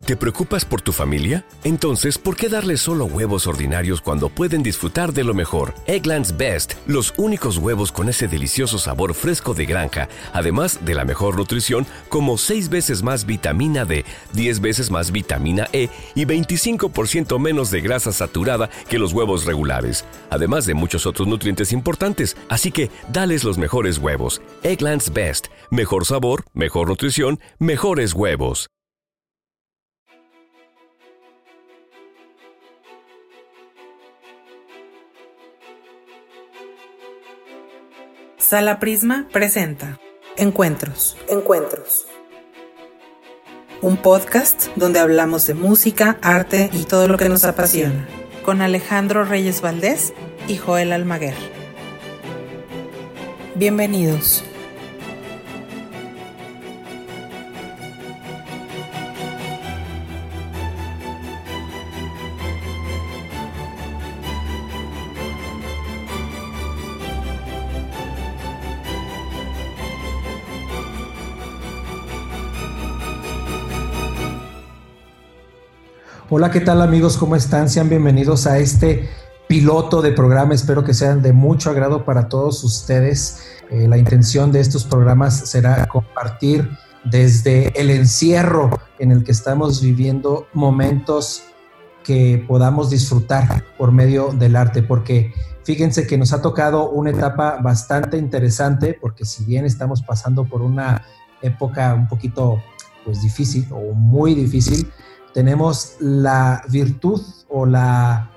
¿Te preocupas por tu familia? Entonces, ¿por qué darles solo huevos ordinarios cuando pueden disfrutar de lo mejor? Eggland's Best, los únicos huevos con ese delicioso sabor fresco de granja, además de la mejor nutrición, como 6 veces más vitamina D, 10 veces más vitamina E y 25% menos de grasa saturada que los huevos regulares, además de muchos otros nutrientes importantes. Así que, dales los mejores huevos. Eggland's Best, mejor sabor, mejor nutrición, mejores huevos. Sala Prisma presenta Encuentros. Un podcast donde hablamos de música, arte y todo lo que nos apasiona. Con Alejandro Reyes Valdés y Joel Almaguer. Bienvenidos. Hola, ¿qué tal amigos? ¿Cómo están? Sean bienvenidos a este piloto de programa. Espero que sean de mucho agrado para todos ustedes. La intención de estos programas será compartir desde el encierro en el que estamos viviendo momentos que podamos disfrutar por medio del arte, porque fíjense que nos ha tocado una etapa bastante interesante, porque si bien estamos pasando por una época un poquito difícil o muy difícil, tenemos la virtud o la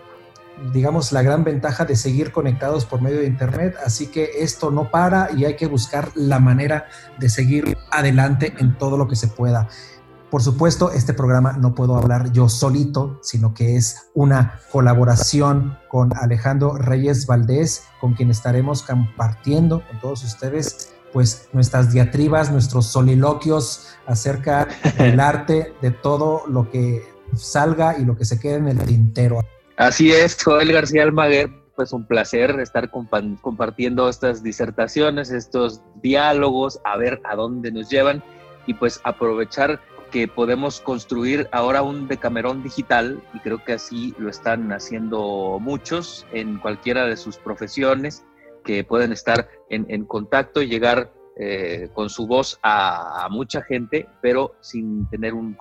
gran ventaja de seguir conectados por medio de internet, así que esto no para y hay que buscar la manera de seguir adelante en todo lo que se pueda. Por supuesto, este programa no puedo hablar yo solito, sino que es una colaboración con Alejandro Reyes Valdés, con quien estaremos compartiendo con todos ustedes pues nuestras diatribas, nuestros soliloquios acerca del arte, de todo lo que salga y lo que se quede en el tintero. Así es, Joel García Almaguer, pues un placer estar compartiendo estas disertaciones, estos diálogos, a ver a dónde nos llevan y pues aprovechar que podemos construir ahora un Decamerón digital, y creo que así lo están haciendo muchos en cualquiera de sus profesiones, que pueden estar en contacto y llegar con su voz a mucha gente, pero sin tener un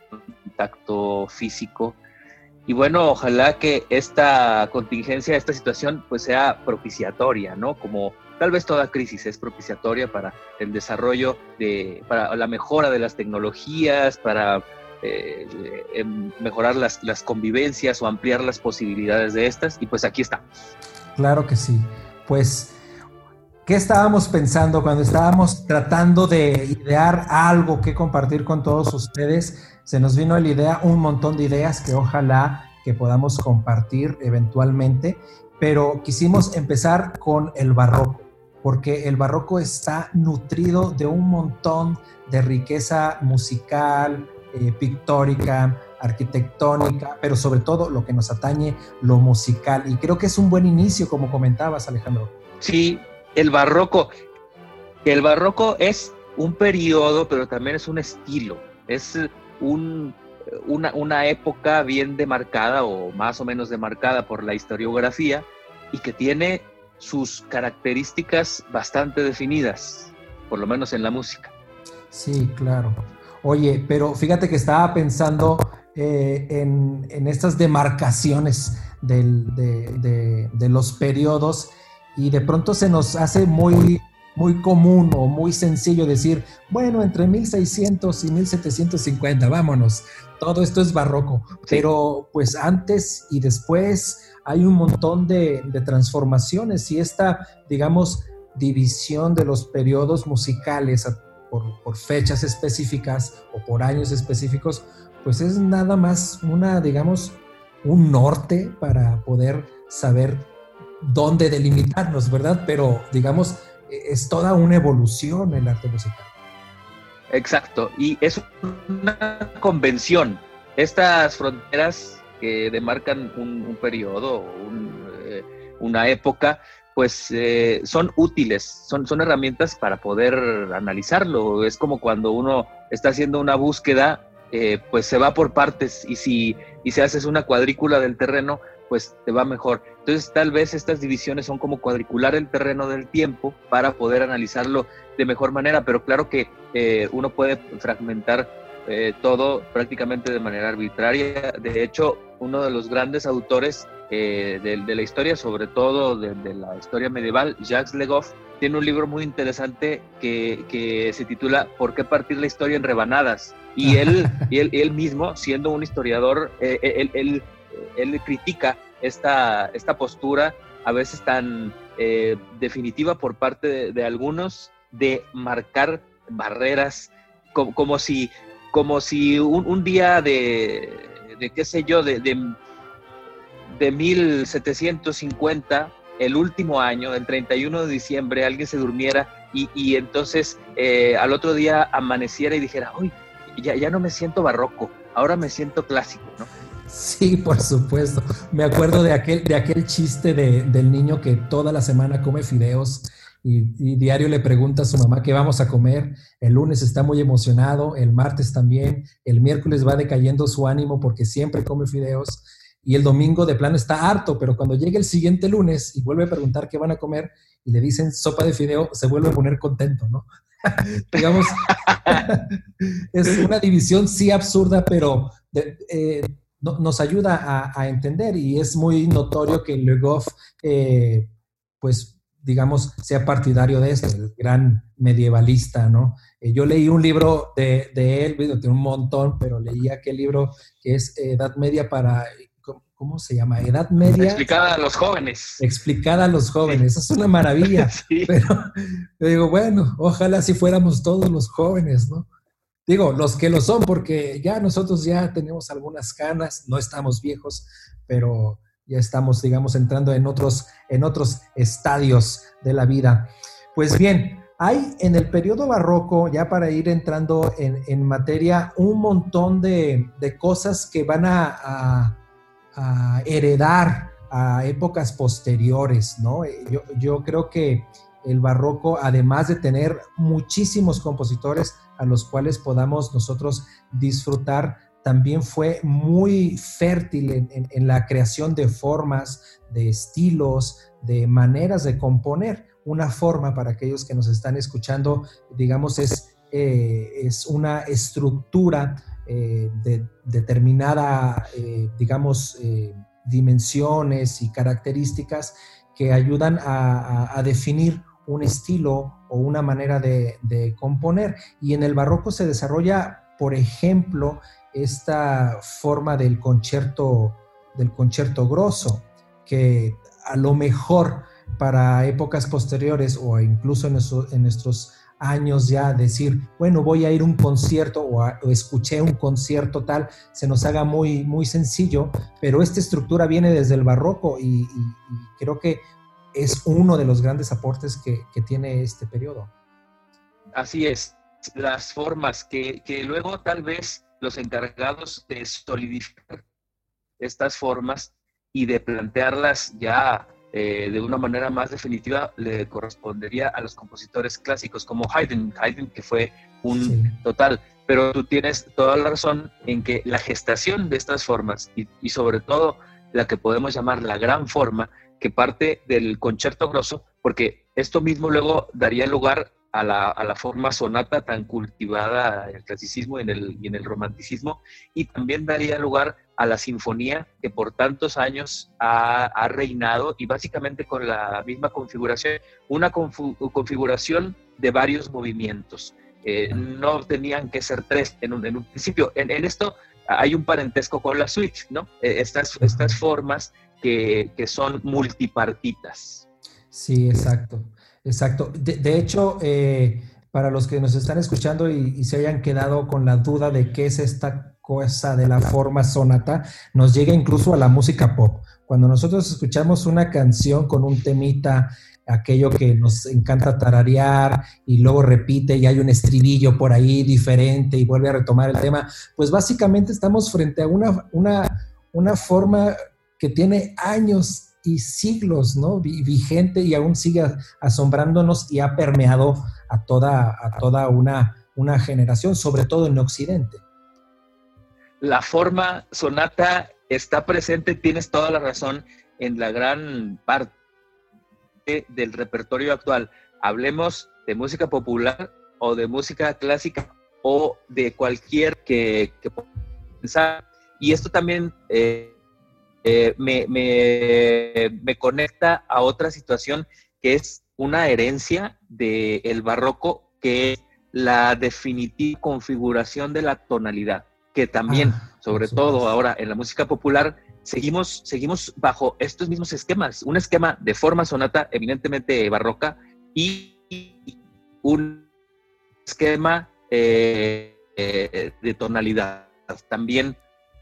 contacto físico. Y bueno, ojalá que esta contingencia, esta situación, pues sea propiciatoria, ¿no? Como tal vez toda crisis es propiciatoria para el desarrollo, para la mejora de las tecnologías, para mejorar las convivencias o ampliar las posibilidades de estas, y pues aquí estamos. Claro que sí. Pues, ¿qué estábamos pensando cuando estábamos tratando de idear algo que compartir con todos ustedes? Se nos vino a la idea un montón de ideas que ojalá que podamos compartir eventualmente, pero quisimos empezar con el barroco, porque el barroco está nutrido de un montón de riqueza musical, pictórica, arquitectónica, pero sobre todo lo que nos atañe, lo musical. Y creo que es un buen inicio, como comentabas, Alejandro. Sí, el barroco. El barroco es un periodo, pero también es un estilo. Es una época bien demarcada o más o menos demarcada por la historiografía y que tiene sus características bastante definidas, por lo menos en la música. Sí, claro. Oye, pero fíjate que estaba pensando en estas demarcaciones de los periodos, y de pronto se nos hace muy común o muy sencillo decir, bueno, entre 1600 y 1750, vámonos, todo esto es barroco. Sí. Pero pues antes y después hay un montón de transformaciones, y esta, digamos, división de los periodos musicales por fechas específicas o por años específicos, pues es nada más un norte para poder saber dónde delimitarnos, ¿verdad? Pero, digamos, es toda una evolución el arte musical. Exacto, y es una convención. Estas fronteras que demarcan un periodo, una época, pues son útiles, son herramientas para poder analizarlo. Es como cuando uno está haciendo una búsqueda pues se va por partes, y si haces una cuadrícula del terreno, pues te va mejor. Entonces tal vez estas divisiones son como cuadricular el terreno del tiempo para poder analizarlo de mejor manera, pero claro que uno puede fragmentar todo prácticamente de manera arbitraria. De hecho, uno de los grandes autores de la historia, sobre todo de la historia medieval, Jacques Le Goff, tiene un libro muy interesante que se titula ¿Por qué partir la historia en rebanadas? Y él mismo, siendo un historiador, él critica esta postura a veces tan definitiva por parte de algunos, de marcar barreras como si un día de qué sé yo, de 1750, el último año, el 31 de diciembre, alguien se durmiera y entonces al otro día amaneciera y dijera, uy, ya no me siento barroco, ahora me siento clásico, ¿no? Sí, por supuesto. Me acuerdo de aquel chiste del niño que toda la semana come fideos y diario le pregunta a su mamá qué vamos a comer. El lunes está muy emocionado, el martes también, el miércoles va decayendo su ánimo porque siempre come fideos y el domingo de plano está harto, pero cuando llega el siguiente lunes y vuelve a preguntar qué van a comer y le dicen sopa de fideo, se vuelve a poner contento, ¿no? Digamos, es una división sí absurda, pero nos ayuda a entender, y es muy notorio que Le Goff, pues, digamos, sea partidario de esto, el gran medievalista, ¿no? Yo leí un libro de él, tiene un montón, pero leí aquel libro que es Edad Media para... ¿Cómo se llama? Edad Media. Explicada a los jóvenes. Explicada a los jóvenes. Sí. Es una maravilla. Sí. Pero yo digo, bueno, ojalá si fuéramos todos los jóvenes, ¿no? Digo, los que lo son, porque ya nosotros ya tenemos algunas canas, no estamos viejos, pero ya estamos, digamos, entrando en otros estadios de la vida. Pues bien, hay en el periodo barroco, ya para ir entrando en materia, un montón de cosas que van a heredar a épocas posteriores, ¿no? Yo creo que el barroco, además de tener muchísimos compositores a los cuales podamos nosotros disfrutar, también fue muy fértil en la creación de formas, de estilos, de maneras de componer. Una forma, para aquellos que nos están escuchando, digamos, es una estructura de determinada, digamos, dimensiones y características que ayudan a definir un estilo o una manera de componer. Y en el barroco se desarrolla, por ejemplo, esta forma del concierto grosso, que a lo mejor para épocas posteriores o incluso en nuestros años ya decir, bueno, voy a ir a un concierto o escuché un concierto tal, se nos haga muy, muy sencillo, pero esta estructura viene desde el barroco y creo que es uno de los grandes aportes que tiene este periodo. Así es, las formas que luego tal vez los encargados de solidificar estas formas y de plantearlas ya de una manera más definitiva le correspondería a los compositores clásicos como Haydn, que fue un total. Pero tú tienes toda la razón en que la gestación de estas formas y sobre todo la que podemos llamar la gran forma, que parte del concierto grosso, porque esto mismo luego daría lugar a la forma sonata tan cultivada en el clasicismo y en el romanticismo, y también daría lugar a la sinfonía que por tantos años ha reinado, y básicamente con la misma configuración, una configuración de varios movimientos. No tenían que ser tres en un principio. En esto hay un parentesco con la suite, ¿no? Estas formas que son multipartitas. Sí, exacto. De hecho, para los que nos están escuchando y se hayan quedado con la duda de qué es esta cosa de la forma sonata, nos llega incluso a la música pop. Cuando nosotros escuchamos una canción con un temita, aquello que nos encanta tararear y luego repite y hay un estribillo por ahí diferente y vuelve a retomar el tema, pues básicamente estamos frente a una forma que tiene años y siglos, ¿no? Vigente, y aún sigue asombrándonos y ha permeado a toda una generación, sobre todo en Occidente. la forma sonata está presente, tienes toda la razón, en la gran parte del repertorio actual. Hablemos de música popular o de música clásica o de cualquier que pensar. Y esto también me conecta a otra situación que es una herencia del barroco, que es la definitiva configuración de la tonalidad, que también, sobre todo ahora en la música popular, seguimos bajo estos mismos esquemas, un esquema de forma sonata eminentemente barroca y un esquema de tonalidad también.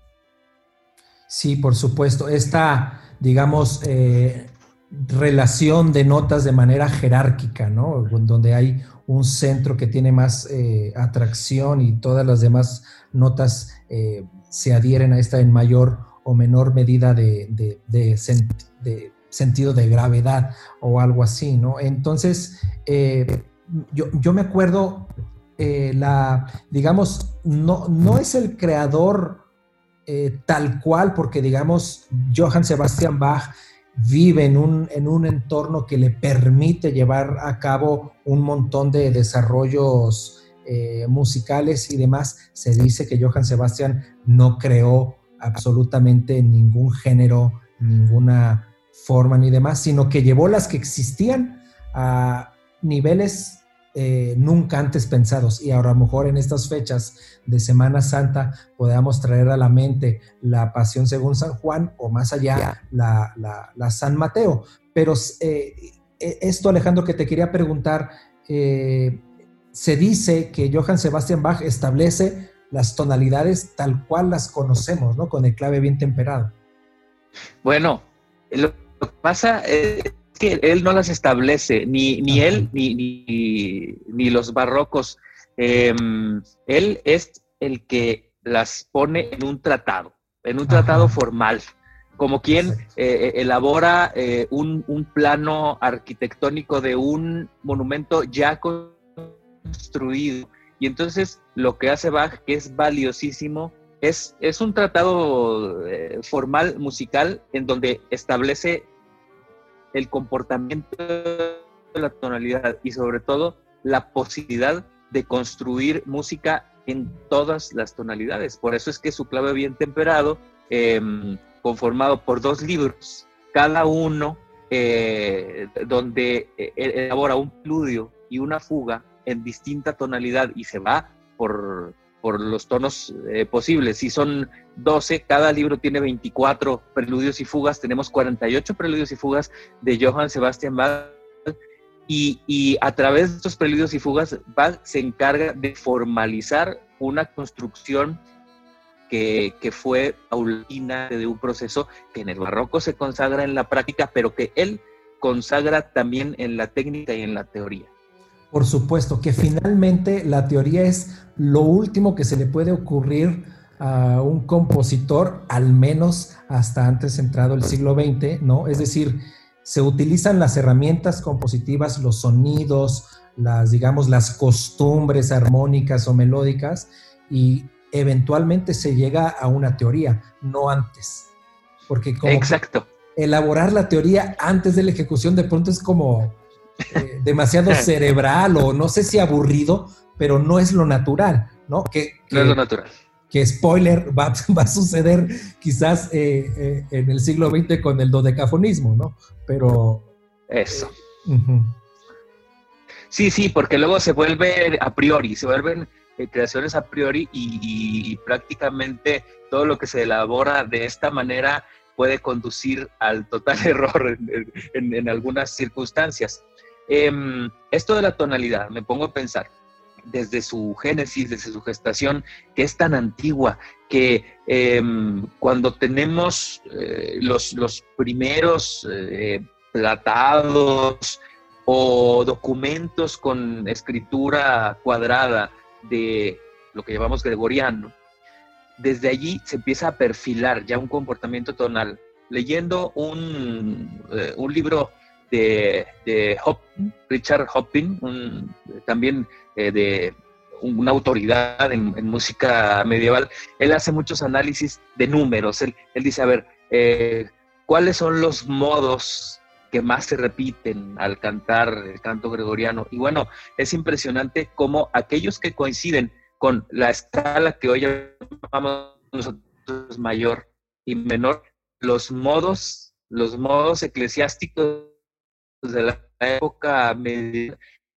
Sí, por supuesto. Esta, digamos, relación de notas de manera jerárquica, ¿no? Donde hay un centro que tiene más atracción y todas las demás notas se adhieren a esta en mayor o menor medida de sentido de gravedad o algo así, ¿no? Entonces, yo me acuerdo, digamos, no es el creador tal cual, porque digamos, Johann Sebastian Bach vive en un entorno que le permite llevar a cabo un montón de desarrollos musicales y demás. Se dice que Johann Sebastian no creó absolutamente ningún género, ninguna forma ni demás, sino que llevó las que existían a niveles nunca antes pensados. Y ahora a lo mejor en estas fechas de Semana Santa podamos traer a la mente la Pasión según San Juan, o más allá la San Mateo. Pero esto, Alejandro, que te quería preguntar, se dice que Johann Sebastian Bach establece las tonalidades tal cual las conocemos, ¿no? Con el clave bien temperado. Bueno, lo que pasa es que él no las establece, ni él ni los barrocos. Él es el que las pone en un tratado formal, como quien elabora un plano arquitectónico de un monumento ya construido. Y entonces lo que hace Bach, que es valiosísimo, es un tratado formal musical en donde establece el comportamiento de la tonalidad y sobre todo la posibilidad de construir música en todas las tonalidades. Por eso es que su clave bien temperado, conformado por 2 libros, cada uno donde elabora un preludio y una fuga en distinta tonalidad y se va por los tonos posibles. Si son 12, cada libro tiene 24 preludios y fugas. Tenemos 48 preludios y fugas de Johann Sebastian Bach, y a través de estos preludios y fugas Bach se encarga de formalizar una construcción que fue paulatina, de un proceso que en el barroco se consagra en la práctica, pero que él consagra también en la técnica y en la teoría. Por supuesto, que finalmente la teoría es lo último que se le puede ocurrir a un compositor, al menos hasta antes entrado el siglo XX, ¿no? Es decir, se utilizan las herramientas compositivas, los sonidos, las costumbres armónicas o melódicas, y eventualmente se llega a una teoría, no antes. Porque como exacto, elaborar la teoría antes de la ejecución de pronto es como demasiado cerebral, o no sé si aburrido, pero no es lo natural, ¿no? No es lo natural. Que spoiler, va a suceder quizás en el siglo XX con el dodecafonismo, ¿no? Pero... eso. Sí, porque luego se vuelve a priori, se vuelven creaciones a priori y prácticamente todo lo que se elabora de esta manera puede conducir al total error en algunas circunstancias. Esto de la tonalidad, me pongo a pensar, desde su génesis, desde su gestación, que es tan antigua, que cuando tenemos los primeros tratados o documentos con escritura cuadrada de lo que llamamos gregoriano, desde allí se empieza a perfilar ya un comportamiento tonal. Leyendo un libro de Hopin, Richard Hopin, también de una autoridad en música medieval, él hace muchos análisis de números. Él dice, a ver, ¿cuáles son los modos que más se repiten al cantar el canto gregoriano? Y bueno, es impresionante cómo aquellos que coinciden con la escala que hoy llamamos nosotros mayor y menor, los modos eclesiásticos de la época medieval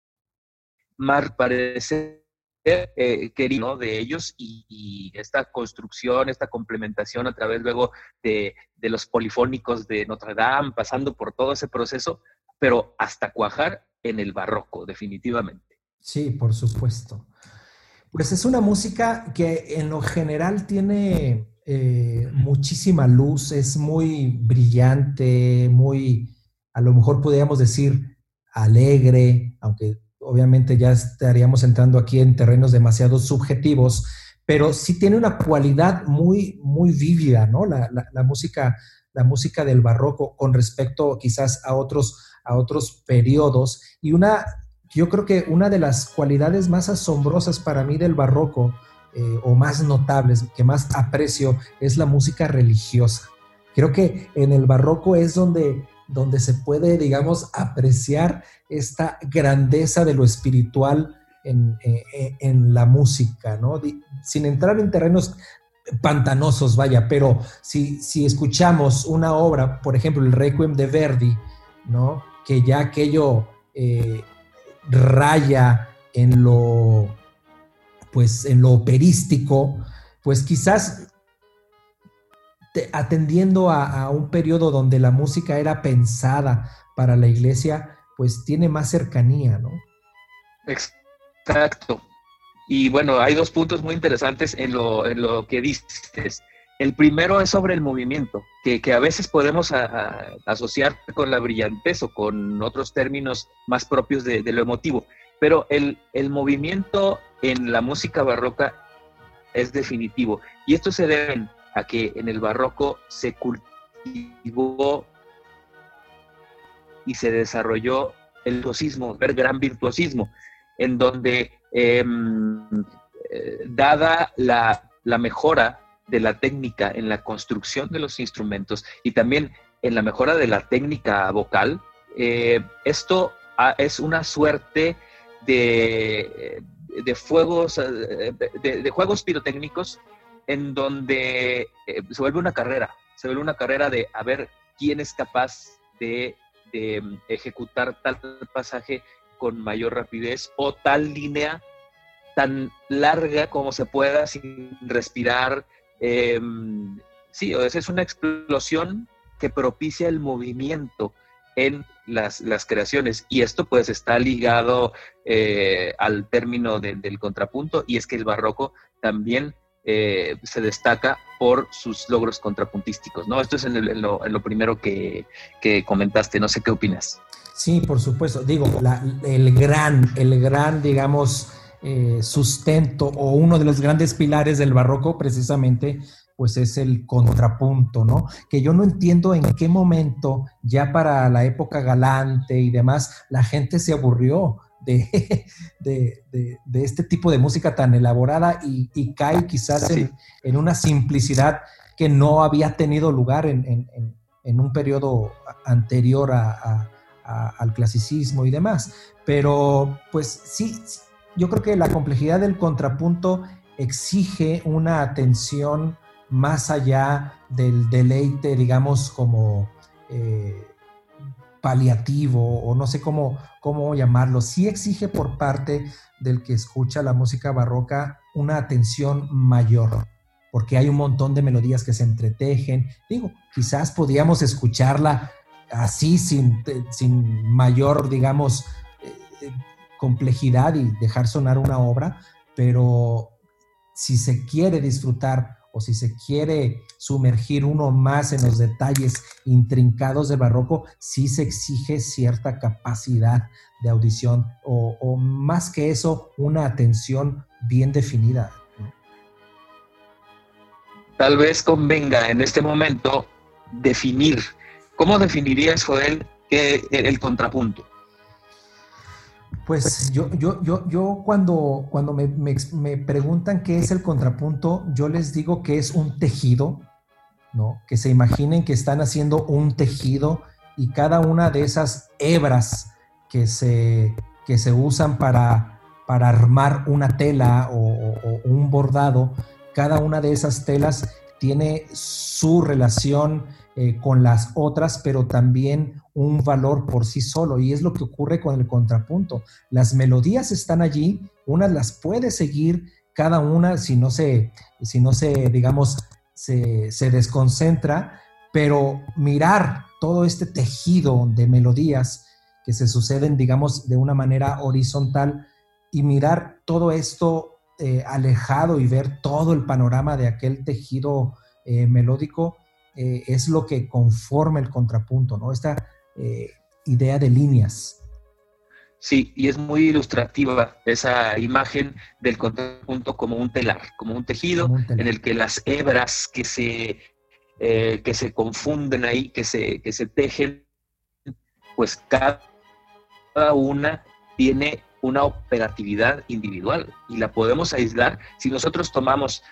parece querido de ellos, y esta construcción, esta complementación a través luego de los polifónicos de Notre Dame, pasando por todo ese proceso, pero hasta cuajar en el barroco, definitivamente. Sí, por supuesto. Pues es una música que en lo general tiene muchísima luz, es muy brillante, muy, a lo mejor podríamos decir, alegre, aunque obviamente ya estaríamos entrando aquí en terrenos demasiado subjetivos, pero sí tiene una cualidad muy, muy vívida, ¿no? La música del barroco con respecto quizás a otros periodos. Y yo creo que una de las cualidades más asombrosas para mí del barroco, o más notables, que más aprecio, es la música religiosa. Creo que en el barroco es donde se puede, digamos, apreciar esta grandeza de lo espiritual en la música, ¿no? Sin entrar en terrenos pantanosos, vaya, pero si escuchamos una obra, por ejemplo, el Requiem de Verdi, ¿no? Que ya aquello raya en lo operístico, pues quizás atendiendo a un periodo donde la música era pensada para la iglesia, pues tiene más cercanía, ¿no? Exacto. Y bueno, hay dos puntos muy interesantes en lo que dices. El primero es sobre el movimiento, que a veces podemos asociar con la brillantez o con otros términos más propios de lo emotivo, pero el movimiento en la música barroca es definitivo, y esto se debe a que en el barroco se cultivó y se desarrolló el virtuosismo, el gran virtuosismo, en donde dada la mejora de la técnica en la construcción de los instrumentos y también en la mejora de la técnica vocal, esto es una suerte de juegos pirotécnicos en donde se vuelve una carrera de a ver quién es capaz de ejecutar tal pasaje con mayor rapidez o tal línea tan larga como se pueda sin respirar. Sí, es una explosión que propicia el movimiento en las creaciones, y esto pues está ligado al término del contrapunto, y es que el barroco también se destaca por sus logros contrapuntísticos, ¿no? Esto es en lo primero que comentaste, no sé qué opinas. Sí, por supuesto. Digo, el gran, digamos, sustento o uno de los grandes pilares del barroco precisamente pues es el contrapunto, ¿no? Que yo no entiendo en qué momento ya para la época galante y demás la gente se aburrió de este tipo de música tan elaborada y cae quizás en una simplicidad que no había tenido lugar en un periodo anterior al clasicismo y demás. Pero pues sí, yo creo que la complejidad del contrapunto exige una atención más allá del deleite, digamos, como paliativo, o no sé cómo llamarlo. Sí exige por parte del que escucha la música barroca una atención mayor, porque hay un montón de melodías que se entretejen. Digo, quizás podríamos escucharla así sin mayor, digamos, complejidad y dejar sonar una obra, pero si se quiere disfrutar o si se quiere sumergir uno más en los detalles intrincados del barroco, sí se exige cierta capacidad de audición o más que eso, una atención bien definida. Tal vez convenga en este momento definir. ¿Cómo definirías, Joel, el contrapunto? Pues yo cuando me preguntan qué es el contrapunto, yo les digo que es un tejido, ¿no? Que se imaginen que están haciendo un tejido y cada una de esas hebras que se usan para armar una tela o un bordado, cada una de esas telas tiene su relación con las otras, pero también un valor por sí solo, y es lo que ocurre con el contrapunto. Las melodías están allí, unas las puede seguir cada una si no se digamos, se desconcentra, pero mirar todo este tejido de melodías que se suceden, digamos, de una manera horizontal, y mirar todo esto alejado y ver todo el panorama de aquel tejido melódico, es lo que conforma el contrapunto, ¿no? Esta idea de líneas. Sí, y es muy ilustrativa esa imagen del contrapunto como un telar, como un tejido, en el que las hebras que se confunden ahí, que se tejen, pues cada una tiene una operatividad individual y la podemos aislar. Si nosotros tomamos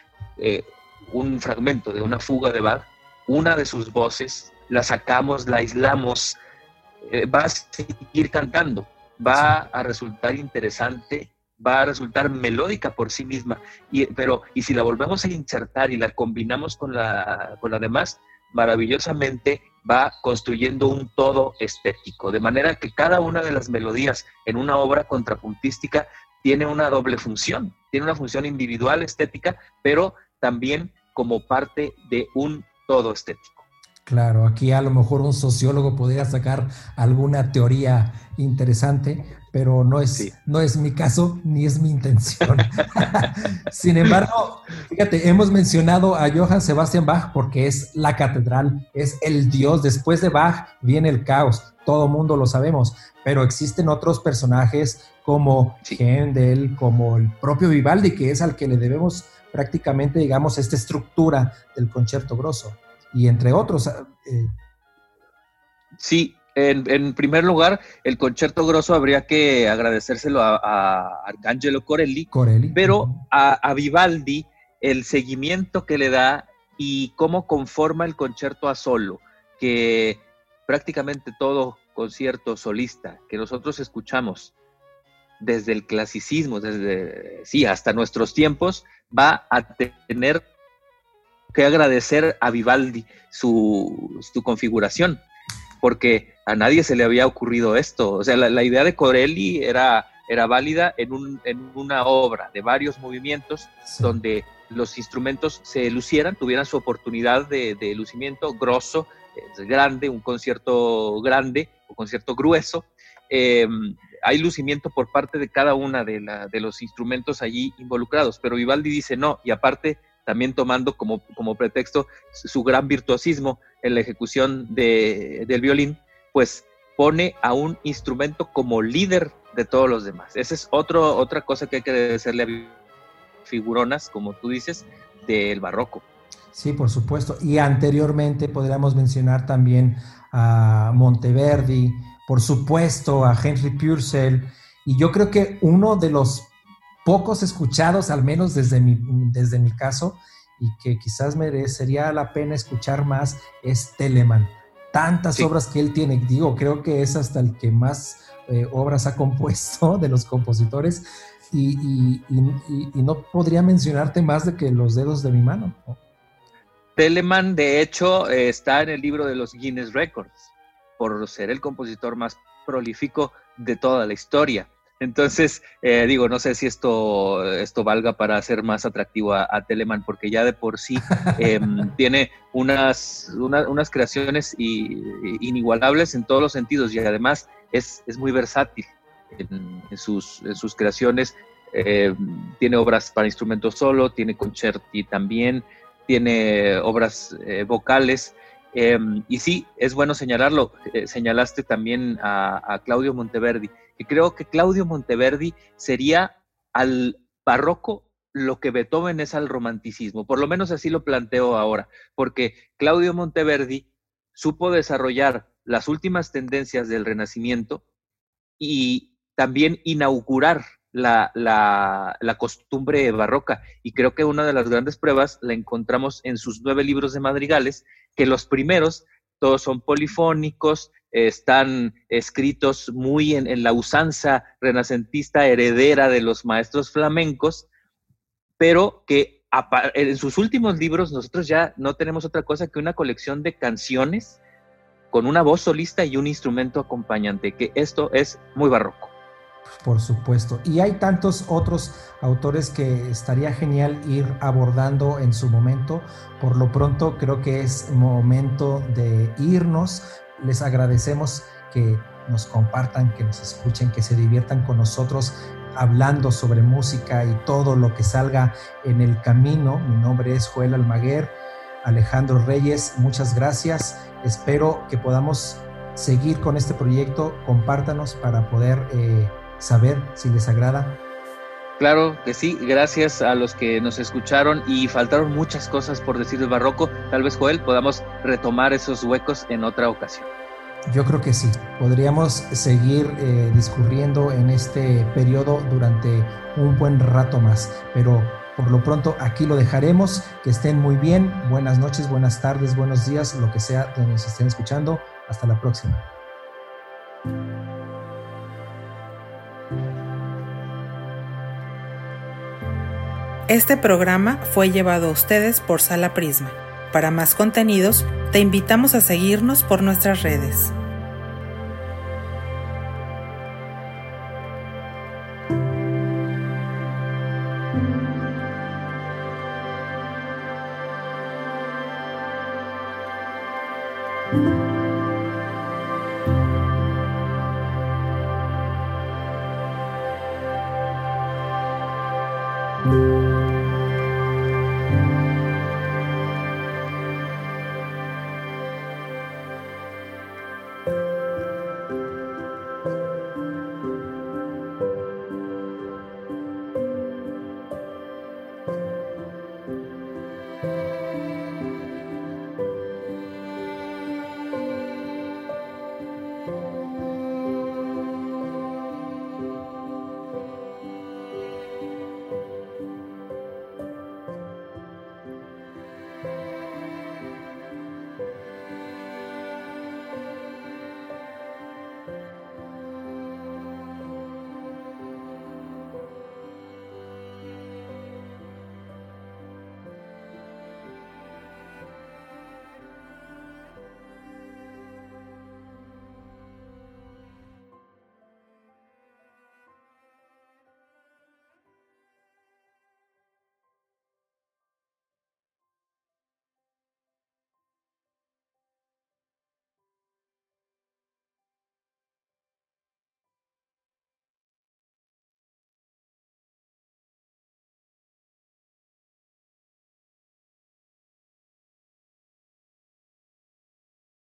un fragmento de una fuga de Bach, una de sus voces, la sacamos, la aislamos, va a seguir cantando, va a resultar interesante, va a resultar melódica por sí misma, y si la volvemos a insertar y la combinamos con la demás, maravillosamente va construyendo un todo estético, de manera que cada una de las melodías en una obra contrapuntística tiene una doble función, tiene una función individual estética, pero también como parte de un todo estético. Claro, aquí a lo mejor un sociólogo podría sacar alguna teoría interesante, pero no es mi caso ni es mi intención. Sin embargo, fíjate, hemos mencionado a Johann Sebastian Bach porque es la catedral, es el dios. Después de Bach viene el caos, todo mundo lo sabemos, pero existen otros personajes como Händel, como el propio Vivaldi, que es al que le debemos prácticamente, digamos, esta estructura del concierto grosso. Y entre otros. Sí, en primer lugar, el concierto grosso habría que agradecérselo a Arcangelo Corelli, pero a Vivaldi el seguimiento que le da y cómo conforma el concierto a solo, que prácticamente todo concierto solista que nosotros escuchamos desde el clasicismo, hasta nuestros tiempos, va a tener que agradecer a Vivaldi su configuración, porque a nadie se le había ocurrido esto. O sea, la idea de Corelli era válida en una obra de varios movimientos, donde los instrumentos se lucieran, tuvieran su oportunidad de lucimiento grosso, grande, un concierto grande o concierto grueso. Hay lucimiento por parte de cada una de los instrumentos allí involucrados, pero Vivaldi dice no, y aparte también tomando como pretexto su gran virtuosismo en la ejecución del violín, pues pone a un instrumento como líder de todos los demás. Esa es otra cosa que hay que agradecerle a figuronas, como tú dices, del barroco. Sí, por supuesto. Y anteriormente podríamos mencionar también a Monteverdi, por supuesto a Henry Purcell, y yo creo que uno de los pocos escuchados, al menos desde mi caso, y que quizás merecería la pena escuchar más, es Telemann. Tantas obras que él tiene, creo que es hasta el que más obras ha compuesto de los compositores, y no podría mencionarte más de que los dedos de mi mano, ¿no? Telemann, de hecho, está en el libro de los Guinness Records, por ser el compositor más prolífico de toda la historia. Entonces, no sé si esto valga para hacer más atractivo a Telemann, porque ya de por sí tiene unas creaciones inigualables en todos los sentidos, y además es muy versátil en sus creaciones. Tiene obras para instrumento solo, tiene concerti también, tiene obras vocales. Y sí, es bueno señalarlo. Señalaste también a Claudio Monteverdi, y creo que Claudio Monteverdi sería al barroco lo que Beethoven es al romanticismo, por lo menos así lo planteo ahora, porque Claudio Monteverdi supo desarrollar las últimas tendencias del Renacimiento y también inaugurar la costumbre barroca. Y creo que una de las grandes pruebas la encontramos en sus 9 libros de madrigales, que los primeros todos son polifónicos, están escritos muy en la usanza renacentista heredera de los maestros flamencos, pero que en sus últimos libros nosotros ya no tenemos otra cosa que una colección de canciones con una voz solista y un instrumento acompañante, que esto es muy barroco. Por supuesto. Y hay tantos otros autores que estaría genial ir abordando en su momento. Por lo pronto creo que es momento de irnos. Les agradecemos que nos compartan, que nos escuchen, que se diviertan con nosotros hablando sobre música y todo lo que salga en el camino. Mi nombre es Joel Almaguer. Alejandro Reyes, muchas gracias. Espero que podamos seguir con este proyecto. Compártanos para poder saber si les agrada. Claro que sí, gracias a los que nos escucharon, y faltaron muchas cosas por decir del barroco. Tal vez, Joel, podamos retomar esos huecos en otra ocasión. Yo creo que sí, podríamos seguir discurriendo en este periodo durante un buen rato más, pero por lo pronto aquí lo dejaremos. Que estén muy bien, buenas noches, buenas tardes, buenos días, lo que sea donde nos estén escuchando. Hasta la próxima. Este programa fue llevado a ustedes por Sala Prisma. Para más contenidos, te invitamos a seguirnos por nuestras redes.